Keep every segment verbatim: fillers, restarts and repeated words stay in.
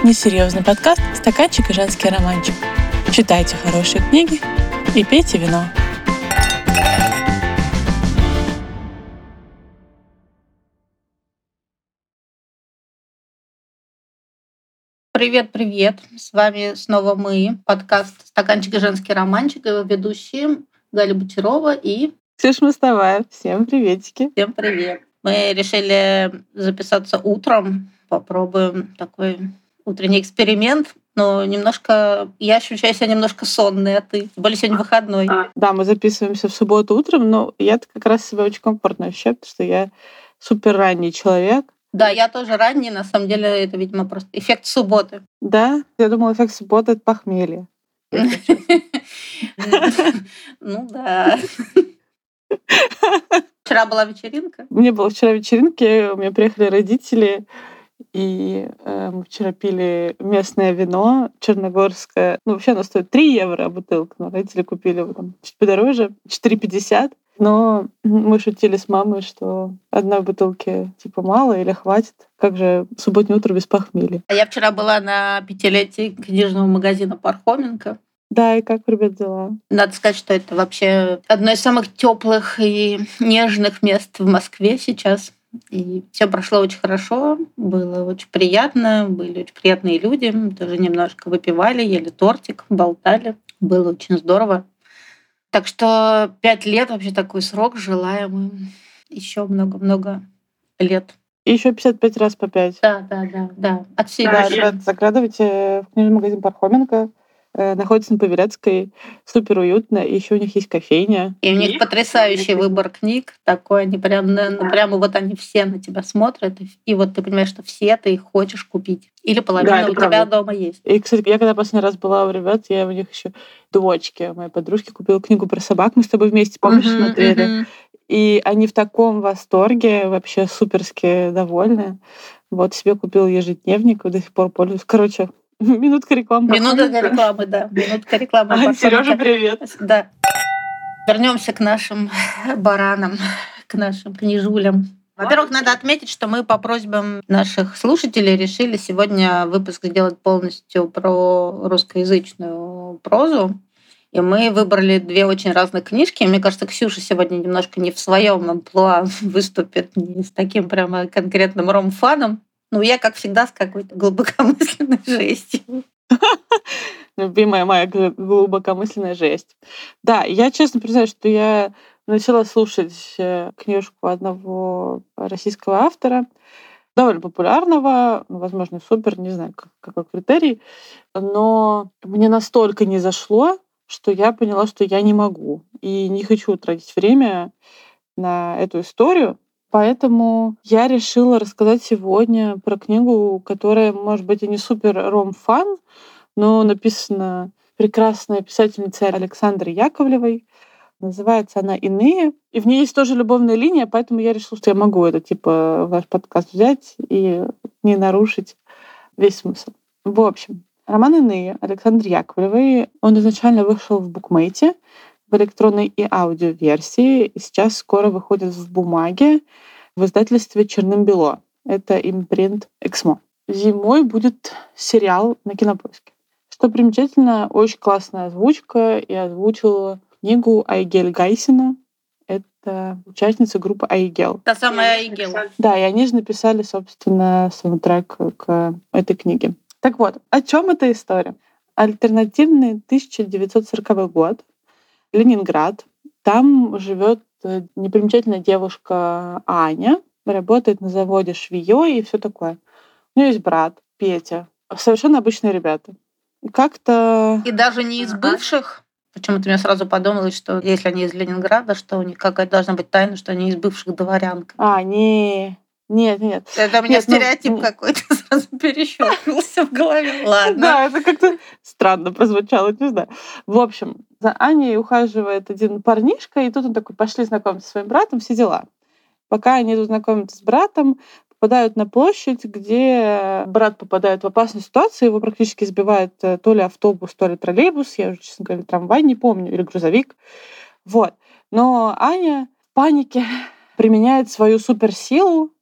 несерьезный подкаст «Стаканчик и женский романчик». Читайте хорошие книги и пейте вино. Привет-привет! С вами снова мы, подкаст «Стаканчик и женский романчик», его ведущие Галя Бочарова и Ксюша Мостовая. Всем приветики. Всем привет! Мы решили записаться утром, попробуем такой утренний эксперимент, но немножко, я ощущаю себя немножко сонной, а ты? Тем более сегодня выходной. Да, мы записываемся в субботу утром, но я как раз себя очень комфортно ощущаю, потому что я супер ранний человек. Да, я тоже ранний, на самом деле это, видимо, просто эффект субботы. Да? Я думала, эффект субботы — это похмелье. Ну да. Вчера была вечеринка? У меня была вчера вечеринка, у меня приехали родители, и э, мы вчера пили местное вино черногорское. Ну, вообще оно стоит три евро бутылка, но родители купили его там чуть подороже, четыре пятьдесят. Но мы шутили с мамой, что одной бутылки типа мало или хватит. Как же субботнее утро без похмелья? А я вчера была на пятилетии книжного магазина Пархоменко. Да, и как, ребят, дела? Надо сказать, что это вообще одно из самых теплых и нежных мест в Москве сейчас. И все прошло очень хорошо, было очень приятно, были очень приятные люди, тоже немножко выпивали, ели тортик, болтали. Было очень здорово. Так что пять лет вообще такой срок, желаем им еще много-много лет. И еще пятьдесят пять раз по пять. Да, да, да, да. От всей Да, души. ребят, заглядывайте в книжный магазин Пархоменко. Э, находится на Павелецкой, супер уютно, и еще у них есть кофейня. И у них потрясающий выбор книг, такой, они прям, ну, прямо вот они все на тебя смотрят, и вот ты понимаешь, что все ты их хочешь купить. Или половина Да, у тебя правда. дома есть. И, кстати, я когда последний раз была у ребят, я у них еще дочке моей подружки купила книгу про собак. Мы с тобой вместе, помнишь, Мгм, смотрели? мгм. И они в таком восторге, вообще суперски довольны. Вот себе купила ежедневник, до сих пор пользуюсь. Короче, минутка рекламы. Минутка рекламы, да. Минутка рекламы. Сережа, привет. Да. Вернемся к нашим баранам, к нашим книжулям. Во-первых, надо отметить, что мы по просьбам наших слушателей решили сегодня выпуск сделать полностью про русскоязычную прозу. И мы выбрали две очень разных книжки. Мне кажется, Ксюша сегодня немножко не в своем амплуа выступит, не с таким прямо конкретным ром-фаном. Ну, я, как всегда, с какой-то глубокомысленной жестью. Любимая моя глубокомысленная жесть. Да, я честно признаюсь, что я начала слушать книжку одного российского автора, довольно популярного, возможно, супер, не знаю, какой критерий, но мне настолько не зашло, что я поняла, что я не могу и не хочу тратить время на эту историю. Поэтому я решила рассказать сегодня про книгу, которая, может быть, и не супер ром-фан, но написана прекрасной писательницей Александрой Яковлевой. Называется она «Иные». И в ней есть тоже любовная линия, поэтому я решила, что я могу это, типа, ваш подкаст взять и не нарушить весь смысл. В общем, роман «Иные» Александры Яковлевой, он изначально вышел в букмейте, в электронной и аудиоверсии, и сейчас скоро выходит в бумаге в издательстве «Черным-бело». Это импринт «Эксмо». Зимой будет сериал на Кинопоиске. Что примечательно, очень классная озвучка, и озвучила книгу Айгель Гайсина. Это участница группы Айгел. Та самая Айгел. Да, и они же написали, собственно, саундтрек к этой книге. Так вот, о чем эта история? Альтернативный тысяча девятьсот сороковой год, Ленинград. Там живет непримечательная девушка Аня, работает на заводе швеей и все такое. У нее есть брат Петя. Совершенно обычные ребята. И как-то... И даже не из бывших. Почему-то мне сразу подумалось, что если они из Ленинграда, что у них какая-то должна быть тайна, что они из бывших дворян. А, не, нет, нет. Это у меня Нет, ну, стереотип ну, какой-то сразу перещелкнулся в голове. Ладно. Да, это как-то странно прозвучало, не знаю. В общем, за Аней ухаживает один парнишка, и тут он такой: пошли знакомиться со своим братом, все дела. Пока они тут знакомятся с братом, попадают на площадь, где брат попадает в опасную ситуацию, его практически сбивает то ли автобус, то ли троллейбус, я уже, честно говоря, трамвай не помню, или грузовик. Вот. Но Аня в панике применяет свою суперсилу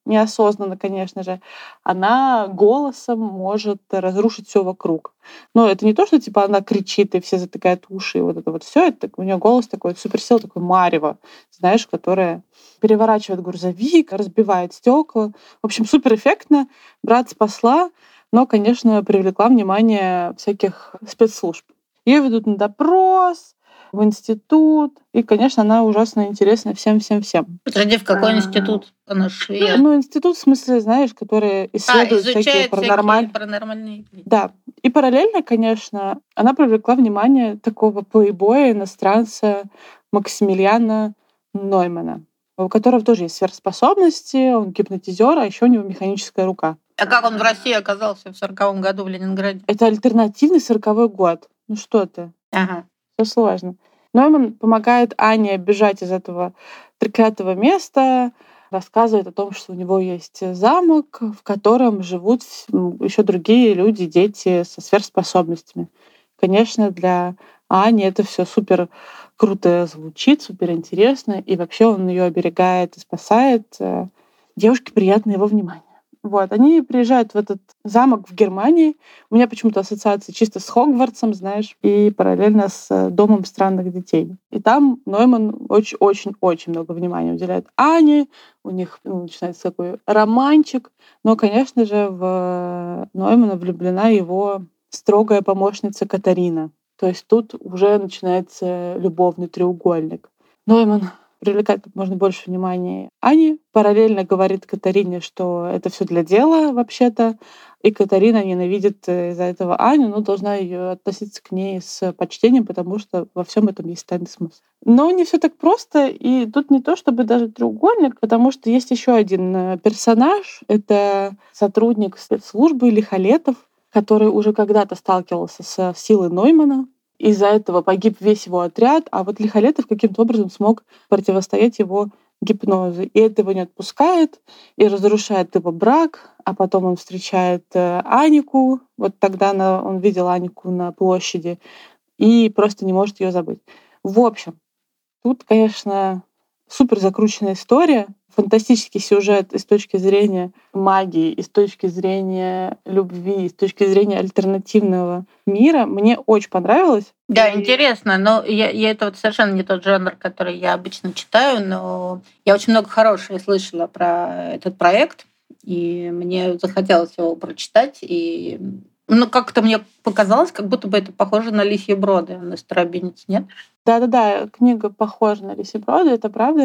неосознанно, конечно же, она голосом может разрушить все вокруг. Но это не то, что типа она кричит, и все затыкают уши, и вот это вот все. Это у нее голос такой, суперсила, такой марево, знаешь, которая переворачивает грузовик, разбивает стекла. В общем, супер эффектно. Брат спасла, но, конечно, привлекла внимание всяких спецслужб. Ее ведут на допрос, в институт. И, конечно, она ужасно интересна всем-всем-всем. Подожди, в какой А, институт она швея? Ну, институт, в смысле, знаешь, который А, исследует всякие изучает всякие паранормальные... паранормальные. Да. И параллельно, конечно, она привлекла внимание такого плейбоя, иностранца Максимилиана Ноймана, у которого тоже есть сверхспособности, он гипнотизер, а еще у него механическая рука. А как он в России оказался в сороковом году в Ленинграде? Это альтернативный сороковой год. Ну что ты? Ага. Все сложно. Нойман помогает Ане бежать из этого треклятого места, рассказывает о том, что у него есть замок, в котором живут еще другие люди, дети со сверхспособностями. Конечно, для Ани это все супер круто звучит, супер интересно, и вообще он ее оберегает и спасает. Девушке приятно его внимание. Вот, они приезжают в этот замок в Германии. У меня почему-то ассоциация чисто с Хогвартсом, знаешь, и параллельно с Домом странных детей. И там Нойман очень-очень-очень много внимания уделяет Ане. У них ну, начинается такой романчик. Но, конечно же, в Ноймана влюблена его строгая помощница Катарина. То есть тут уже начинается любовный треугольник. Нойман привлекать как можно больше внимания Ани. Параллельно говорит Катарине, что это все для дела вообще-то. И Катарина ненавидит из-за этого Аню, но должна ее относиться к ней с почтением, потому что во всем этом есть тайный смысл. Но не все так просто, и тут не то чтобы даже треугольник, потому что есть еще один персонаж. Это сотрудник спецслужбы Лихолетов, который уже когда-то сталкивался с силой Ноймана. Из-за этого погиб весь его отряд, а вот Лихолетов каким-то образом смог противостоять его гипнозу. И это его не отпускает, и разрушает его брак, а потом он встречает Анику. Вот тогда она, он видел Анику на площади и просто не может ее забыть. В общем, тут, конечно, супер закрученная история, фантастический сюжет и с точки зрения магии, и с точки зрения любви, и с точки зрения альтернативного мира. Мне очень понравилось. Да, и... интересно, но я, я это вот совершенно не тот жанр, который я обычно читаю, но я очень много хорошего слышала про этот проект, и мне захотелось его прочитать, и ну, как-то мне показалось, как будто бы это похоже на «Лисьи броды», на «Старобинец», нет? Да-да-да, книга похожа на «Лисьи броды», это правда.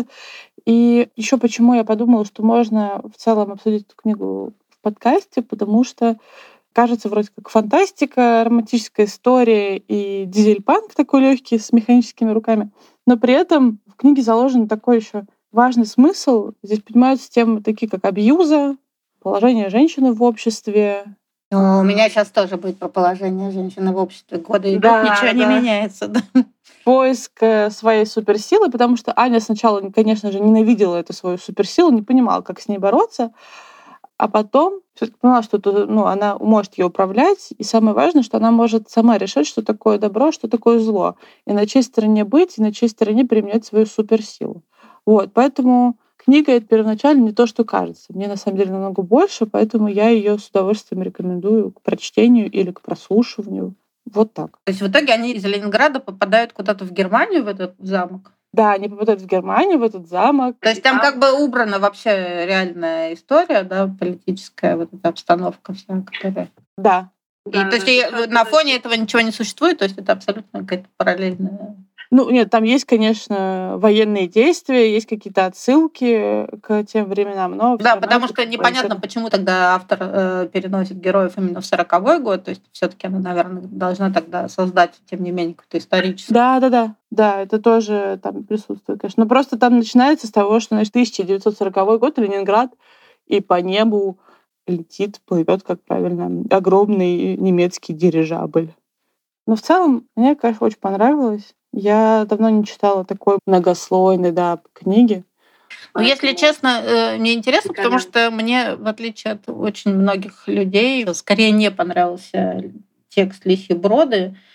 И еще почему я подумала, что можно в целом обсудить эту книгу в подкасте, потому что кажется вроде как фантастика, романтическая история и дизель-панк такой легкий с механическими руками. Но при этом в книге заложен такой еще важный смысл. Здесь поднимаются темы такие, как абьюза, положение женщины в обществе. Ну, у меня сейчас тоже будет про положение женщины в обществе. Годы идут, Да, ничего да. не меняется. Да. Поиск своей суперсилы, потому что Аня сначала, конечно же, ненавидела эту свою суперсилу, не понимала, как с ней бороться, а потом всё-таки поняла, что это, ну, она может ее управлять, и самое важное, что она может сама решать, что такое добро, что такое зло, и на чьей стороне быть, и на чьей стороне применять свою суперсилу. Вот, поэтому книга это первоначально не то, что кажется. Мне на самом деле намного больше, поэтому я ее с удовольствием рекомендую к прочтению или к прослушиванию. Вот так. То есть в итоге они из Ленинграда попадают куда-то в Германию, в этот замок? Да, они попадают в Германию, в этот замок. То есть там как бы убрана вообще реальная история, да, политическая вот эта обстановка вся, которая... Да. И то есть и на фоне этого ничего не существует, то есть это абсолютно какая-то параллельная... Ну, нет, там есть, конечно, военные действия, есть какие-то отсылки к тем временам, но... Да, потому что непонятно, это... почему тогда автор э, переносит героев именно в сороковой год, то есть все таки она, наверное, должна тогда создать, тем не менее, какую-то историческую... Да, да, да, да, это тоже там присутствует, конечно. Но просто там начинается с того, что, значит, тысяча девятьсот сороковой год, Ленинград, и по небу летит, плывет, как правильно, огромный немецкий дирижабль. Но в целом мне, конечно, очень понравилось. Я давно не читала такой многослойной, да, книги. Ну, если честно, мне интересно, потому что мне, в отличие от очень многих людей, скорее не понравился текст «Лисьи броды».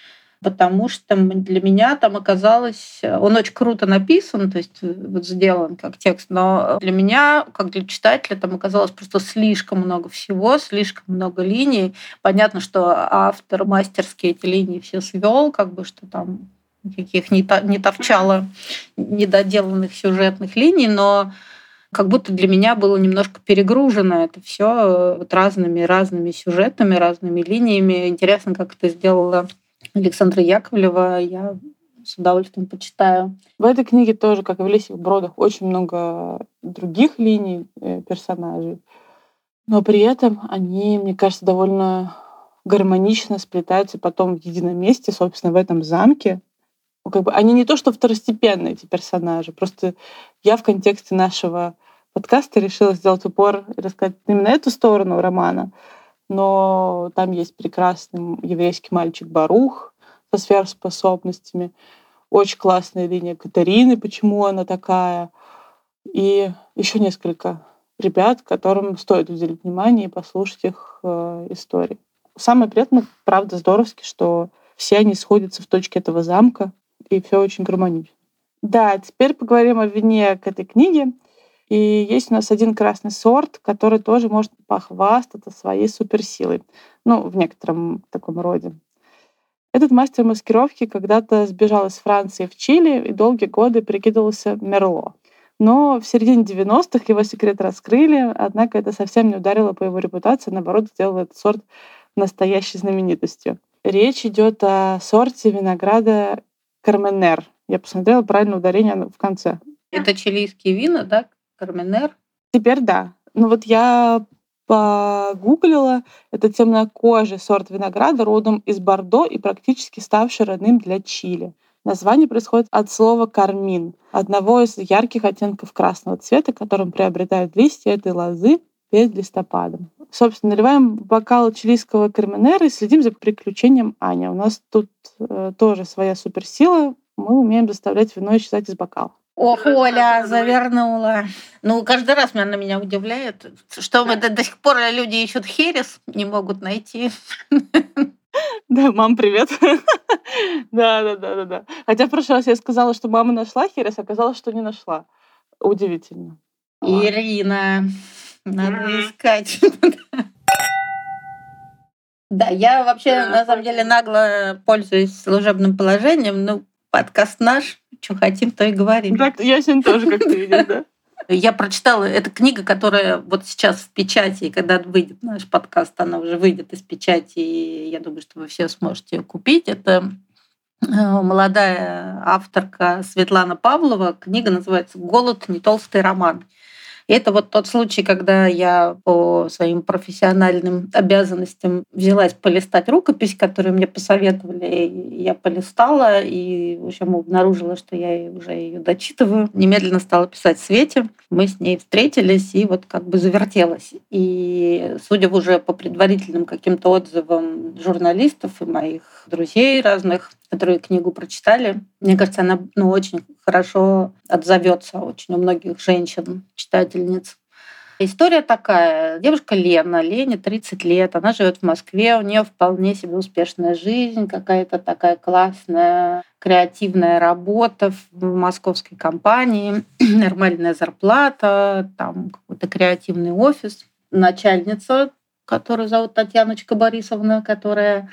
потому что для меня там оказалось... Он очень круто написан, то есть вот сделан как текст, но для меня, как для читателя, там оказалось просто слишком много всего, слишком много линий. Понятно, что автор мастерски эти линии все свел, как бы, что там никаких не, то, не товчало недоделанных сюжетных линий, но как будто для меня было немножко перегружено это все вот разными разными сюжетами, разными линиями. Интересно, как это сделала Александра Яковлева. Я с удовольствием почитаю. В этой книге тоже, как и в «Лисьих бродах», очень много других линий персонажей, но при этом они, мне кажется, довольно гармонично сплетаются потом в едином месте, собственно, в этом замке. Как бы они не то что второстепенные, эти персонажи, просто я в контексте нашего подкаста решила сделать упор и рассказать именно эту сторону романа. Но там есть прекрасный еврейский мальчик Барух со сверхспособностями, очень классная линия Катарины, почему она такая, и еще несколько ребят, которым стоит уделить внимание и послушать их э, истории. Самое приятное, правда, здоровски, что все они сходятся в точке этого замка, и все очень гармонично. Да, теперь поговорим о вине к этой книге. И есть у нас один красный сорт, который тоже может похвастаться своей суперсилой. Ну, в некотором таком роде. Этот мастер маскировки когда-то сбежал из Франции в Чили и долгие годы прикидывался Мерло. Но в середине девяностых его секрет раскрыли, однако это совсем не ударило по его репутации, наоборот, сделало этот сорт настоящей знаменитостью. Речь идет о сорте винограда Карменер. Я посмотрела правильное ударение в конце. Это чилийские вина, да? Карменер? Теперь да. Ну вот я погуглила. Это темнокожий сорт винограда родом из Бордо и практически ставший родным для Чили. Название происходит от слова «кармин», одного из ярких оттенков красного цвета, которым приобретают листья этой лозы перед листопадом. Собственно, наливаем бокал чилийского карменера и следим за приключением Ани. У нас тут э, тоже своя суперсила. Мы умеем заставлять вино исчезать из бокала. Ох, Оля, завернула. Ну, каждый раз меня на меня удивляет, что мы до, до сих пор люди ищут херес, не могут найти. Да, мам, привет. Да, да, да, да, да. Хотя в прошлый раз я сказала, что мама нашла херес, оказалось, что не нашла. Удивительно. Ирина, надо искать. Да, я вообще, на самом деле, нагло пользуюсь служебным положением. Ну, подкаст наш, что хотим, то и говорим. Так, я сегодня тоже, как ты видишь, да? Я прочитала, это книга, которая вот сейчас в печати, и когда выйдет наш подкаст, она уже выйдет из печати, и я думаю, что вы все сможете ее купить. Это молодая авторка Светлана Павлова. Книга называется «Голод. Не толстый роман». И это вот тот случай, когда я по своим профессиональным обязанностям взялась полистать рукопись, которую мне посоветовали. И я полистала и, в общем, обнаружила, что я уже ее дочитываю. Немедленно стала писать Свете. Мы с ней встретились и вот как бы завертелась. И судя уже по предварительным каким-то отзывам журналистов и моих друзей разных, которые книгу прочитали, мне кажется, она ну, очень хорошо отзовется очень у многих женщин, читательниц. История такая. Девушка Лена, Лене тридцать лет, она живет в Москве, у нее вполне себе успешная жизнь, какая-то такая классная креативная работа в московской компании, нормальная зарплата, там какой-то креативный офис. Начальница, которую зовут Татьяночка Борисовна, которая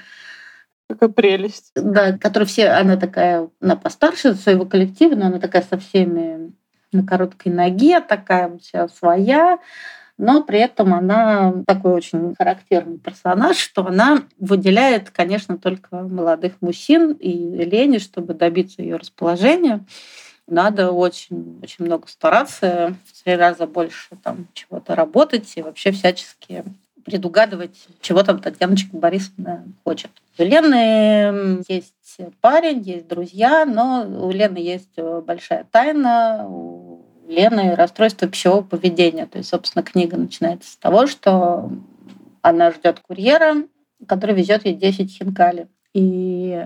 Какая прелесть. Да, которая все, она такая, она постарше своего коллектива, но она такая со всеми на короткой ноге, такая вся своя, но при этом она такой очень характерный персонаж, что она выделяет, конечно, только молодых мужчин, и Лене, чтобы добиться ее расположения, надо очень, очень много стараться, в три раза больше там чего-то работать и вообще всячески предугадывать, чего там Татьяночка Борисовна хочет. У Лены есть парень, есть друзья, но у Лены есть большая тайна, у Лены расстройство пищевого поведения. То есть, собственно, книга начинается с того, что она ждет курьера, который везет ей десять хинкали. И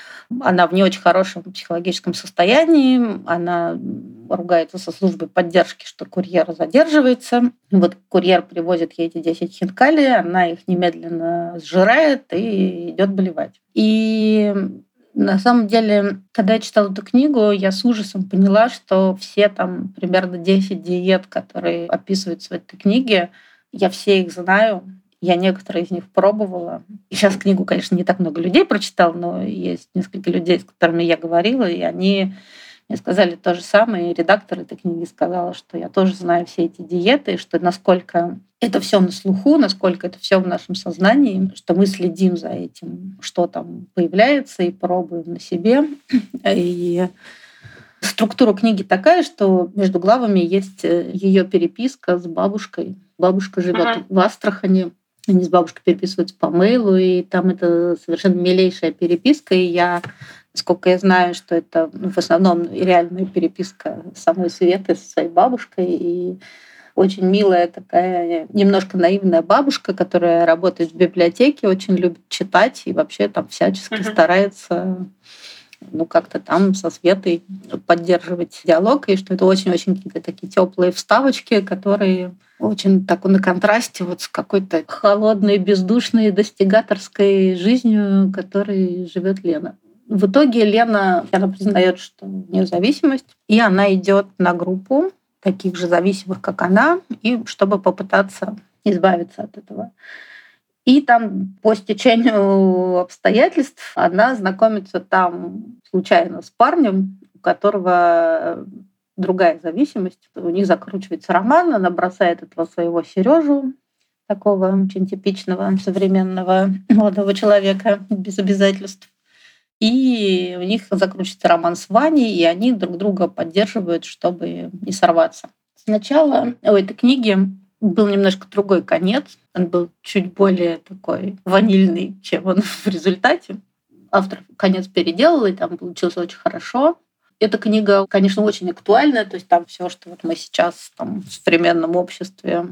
она в не очень хорошем психологическом состоянии, она ругается со службой поддержки, что курьер задерживается. Вот курьер привозит ей эти десять хинкали, она их немедленно сжирает и идет болевать. И На самом деле, когда я читала эту книгу, я с ужасом поняла, что все там примерно десять диет, которые описываются в этой книге, я все их знаю. Я некоторые из них пробовала. И сейчас книгу, конечно, не так много людей прочитал, но есть несколько людей, с которыми я говорила, и они мне сказали то же самое. И редактор этой книги сказала, что я тоже знаю все эти диеты, и что насколько это все на слуху, насколько это все в нашем сознании, что мы следим за этим, что там появляется, и пробуем на себе. И структура книги такая, что между главами есть ее переписка с бабушкой. Бабушка живет ага. в Астрахани. Они с бабушкой переписываются по мейлу, и там это совершенно милейшая переписка. И я, насколько я знаю, что это ну, в основном реальная переписка самой Светы со своей бабушкой. И очень милая такая, немножко наивная бабушка, которая работает в библиотеке, очень любит читать и вообще там всячески uh-huh. старается ну, как-то там со Светой поддерживать диалог, и что это очень-очень какие-то такие теплые вставочки, которые очень так на контрасте вот с какой-то холодной, бездушной, достигаторской жизнью, которой живет Лена. В итоге Лена, она признает, что у нее зависимость, и она идет на группу таких же зависимых, как она, и чтобы попытаться избавиться от этого. И там по стечению обстоятельств она знакомится там случайно с парнем, у которого другая зависимость. У них закручивается роман, она бросает этого своего Сережу, такого очень типичного современного молодого человека без обязательств. И у них закручивается роман с Ваней, и они друг друга поддерживают, чтобы не сорваться. Сначала у этой книги был немножко другой конец. Он был чуть более такой ванильный, чем он в результате. Автор конец переделал, и там получилось очень хорошо. Эта книга, конечно, очень актуальная, то есть там все, что вот мы сейчас там, в современном обществе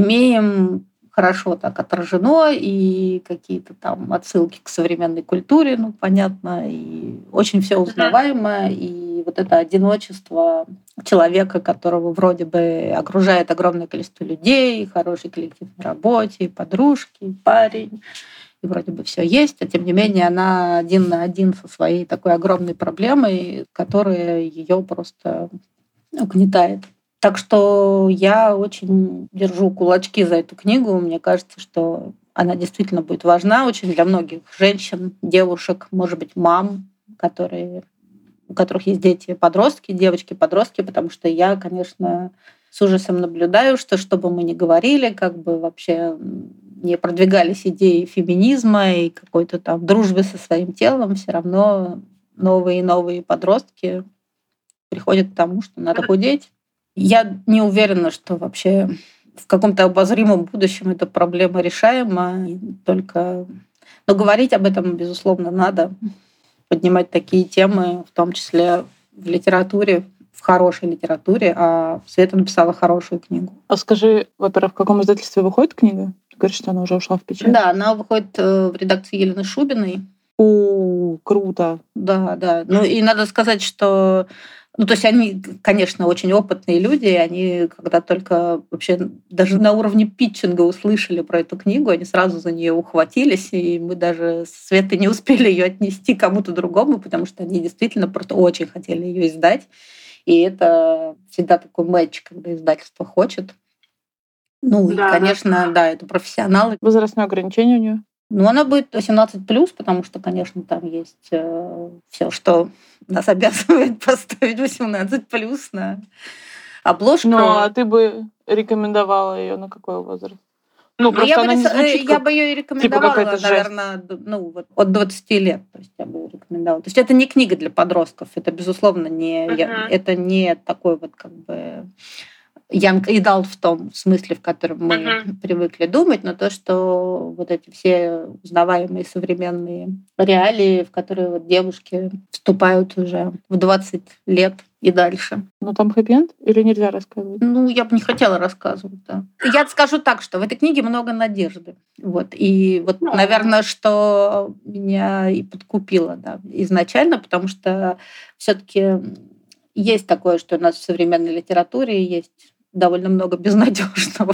имеем, хорошо так отражено, и какие-то там отсылки к современной культуре, ну, понятно, и очень все узнаваемо, и вот это одиночество человека, которого вроде бы окружает огромное количество людей, хороший коллектив на работе, и подружки, и парень, и вроде бы все есть, а тем не менее она один на один со своей такой огромной проблемой, которая ее просто угнетает. Так что я очень держу кулачки за эту книгу. Мне кажется, что она действительно будет важна очень для многих женщин, девушек, может быть, мам, которые, у которых есть дети, подростки, девочки-подростки, потому что я, конечно, с ужасом наблюдаю, что что бы мы ни говорили, как бы вообще не продвигались идеи феминизма и какой-то там дружбы со своим телом, все равно новые и новые подростки приходят к тому, что надо худеть. Я не уверена, что вообще в каком-то обозримом будущем эта проблема решаема. Только... Но говорить об этом, безусловно, надо. Поднимать такие темы, в том числе в литературе, в хорошей литературе. А Света написала хорошую книгу. А скажи, во-первых, в каком издательстве выходит книга? Ты говоришь, что она уже ушла в печать? Да, она выходит в редакции Елены Шубиной. О, круто. Да, да. Ну и надо сказать, что Ну, то есть они, конечно, очень опытные люди, и они, когда только вообще даже на уровне питчинга услышали про эту книгу, они сразу за нее ухватились, и мы даже с Светой не успели ее отнести кому-то другому, потому что они действительно просто очень хотели ее издать. И это всегда такой матч, когда издательство хочет. Ну, да, и, конечно, да. да, это профессионалы. Возрастное ограничение у нее? Ну, она будет восемнадцать плюс, потому что, конечно, там есть э, все, что нас обязывает поставить восемнадцать плюс на обложку. Ну, а ты бы рекомендовала ее на какой возраст? Ну, просто я, она бы, не звучит, я как, бы ее и рекомендовала, типа наверное, ну, вот, от двадцати лет. То есть я бы ее рекомендовала. То есть это не книга для подростков, это, безусловно, не, uh-huh. я, это не такой вот как бы young adult в том смысле, в котором мы uh-huh. привыкли думать, но то, что вот эти все узнаваемые современные реалии, в которые вот девушки вступают уже в двадцать лет и дальше. Ну там хэппи-энд или нельзя рассказывать? Ну, я бы не хотела рассказывать, да. Я скажу так, что в этой книге много надежды. Вот. И вот, ну, наверное, что меня и подкупило, да, изначально, потому что все-таки есть такое, что у нас в современной литературе есть довольно много безнадежного.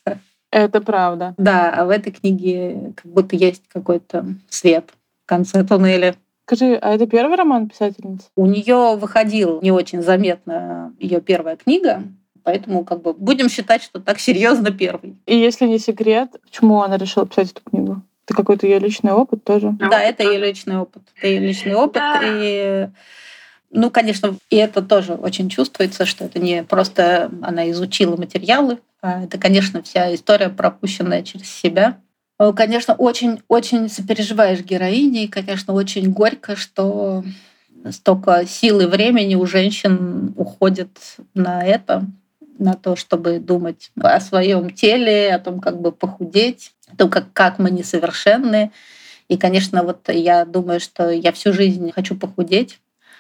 Это правда. Да, а в этой книге как будто есть какой-то свет в конце туннеля. Скажи, а это первый роман писательницы? У нее выходил не очень заметно ее первая книга, поэтому как бы будем считать, что так серьезно первый. И если не секрет, почему она решила писать эту книгу? Это какой-то ее личный опыт тоже? Да, это ее личный опыт. Это ее личный опыт. И, ну, конечно, и это тоже очень чувствуется, что это не просто она изучила материалы, а это, конечно, вся история, пропущенная через себя. Конечно, очень-очень сопереживаешь героине, и, конечно, очень горько, что столько сил и времени у женщин уходит на это, на то, чтобы думать о своем теле, о том, как бы похудеть, о том, как, как мы несовершенны. И, конечно, вот я думаю, что я всю жизнь хочу похудеть.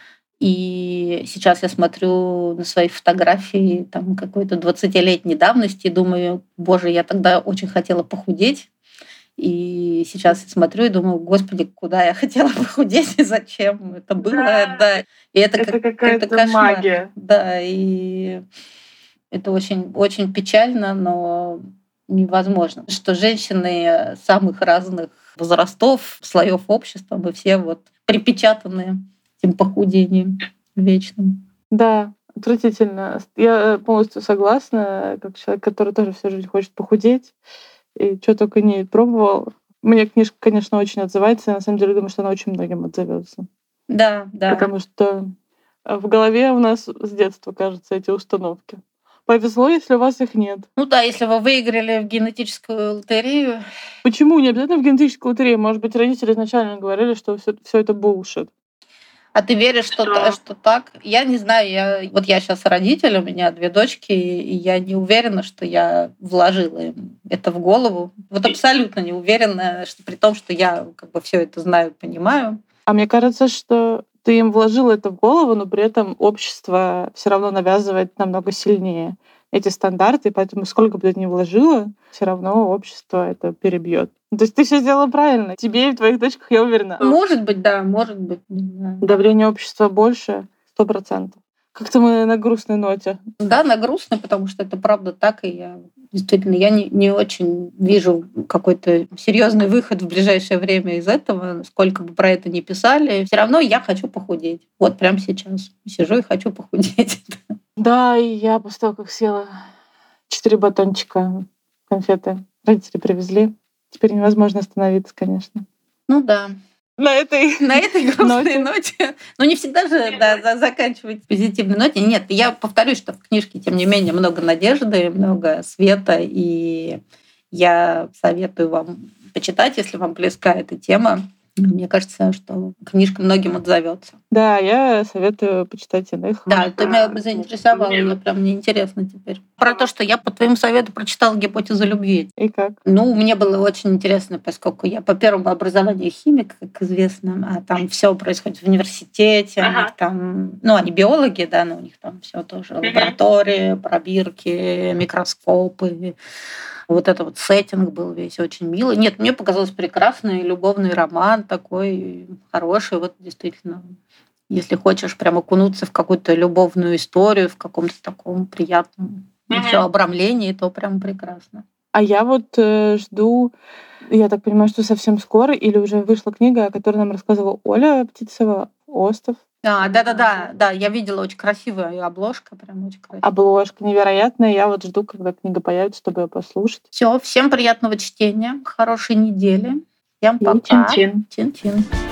И сейчас я смотрю на свои фотографии там, какой-то двадцатилетней давности и думаю, боже, я тогда очень хотела похудеть. И сейчас я смотрю и думаю, господи, куда я хотела похудеть и зачем это было. Да. Да. И это, Это как, какая-то это кошмар. магия. Да, и это очень, очень печально, но невозможно. Что женщины самых разных возрастов, слоев общества, мы все вот припечатаны этим похудением вечным. Да, отвратительно. Я полностью согласна, как человек, который тоже всю жизнь хочет похудеть и что только не пробовал. Мне книжка, конечно, очень отзывается. Я на самом деле думаю, что она очень многим отзовется. Да, да. Потому что в голове у нас с детства, кажется, эти установки. Повезло, если у вас их нет. Ну да, если вы выиграли в генетическую лотерею. Почему? Не обязательно в генетическую лотерею. Может быть, родители изначально говорили, что все, все это bullshit. А ты веришь, что, Что? что так? Я не знаю. Я, вот я сейчас родитель, у меня две дочки, и я не уверена, что я вложила им это в голову. Вот абсолютно не уверена, что при том, что я как бы все это знаю, понимаю. А мне кажется, что ты им вложила это в голову, но при этом общество все равно навязывает намного сильнее эти стандарты, поэтому сколько бы ты ни вложила, все равно общество это перебьет. То есть ты все сделала правильно. Тебе и в твоих дочках, я уверена. Может быть, да, может быть. Да. Давление общества больше, сто процентов. Как-то мы на грустной ноте. Да, на грустной, потому что это правда так, и я действительно я не, не очень вижу какой-то серьезный выход в ближайшее время из этого. Сколько бы про это ни писали, все равно я хочу похудеть. Вот прямо сейчас сижу и хочу похудеть. Да, и я после того, как съела четыре батончика конфеты, родители привезли. Теперь невозможно остановиться, конечно. Ну да. На этой, На этой грустной ноте. Но не всегда же да, заканчивать в позитивной ноте. Нет, я повторюсь, что в книжке, тем не менее, много надежды, много света. И я советую вам почитать, если вам близка эта тема. Мне кажется, что книжка многим отзовется. Да, я советую почитать иных. Да, ты меня заинтересовала, мне прям мне интересно теперь. Про то, что я по твоему совету прочитала «Гипотезу любви». И как? Ну, мне было очень интересно, поскольку я по первому образованию химик, как известно, а там все происходит в университете, ага. У них там, ну, они биологи, да, но у них там все тоже лаборатории, пробирки, микроскопы. Вот это вот сеттинг был весь очень милый. Нет, мне показалось прекрасный любовный роман такой хороший. Вот действительно, если хочешь прям окунуться в какую-то любовную историю, в каком-то таком приятном mm-hmm. еще обрамлении, то прям прекрасно. А я вот э, жду, я так понимаю, что совсем скоро, или уже вышла книга, о которой нам рассказывала Оля Птицева «Остров». А, да-да-да, да, я видела очень красивая обложка, прям очень красивая. Обложка невероятная, я вот жду, когда книга появится, чтобы ее послушать. Все, всем приятного чтения, хорошей недели. Всем пока. Чин-чин. Чин-чин.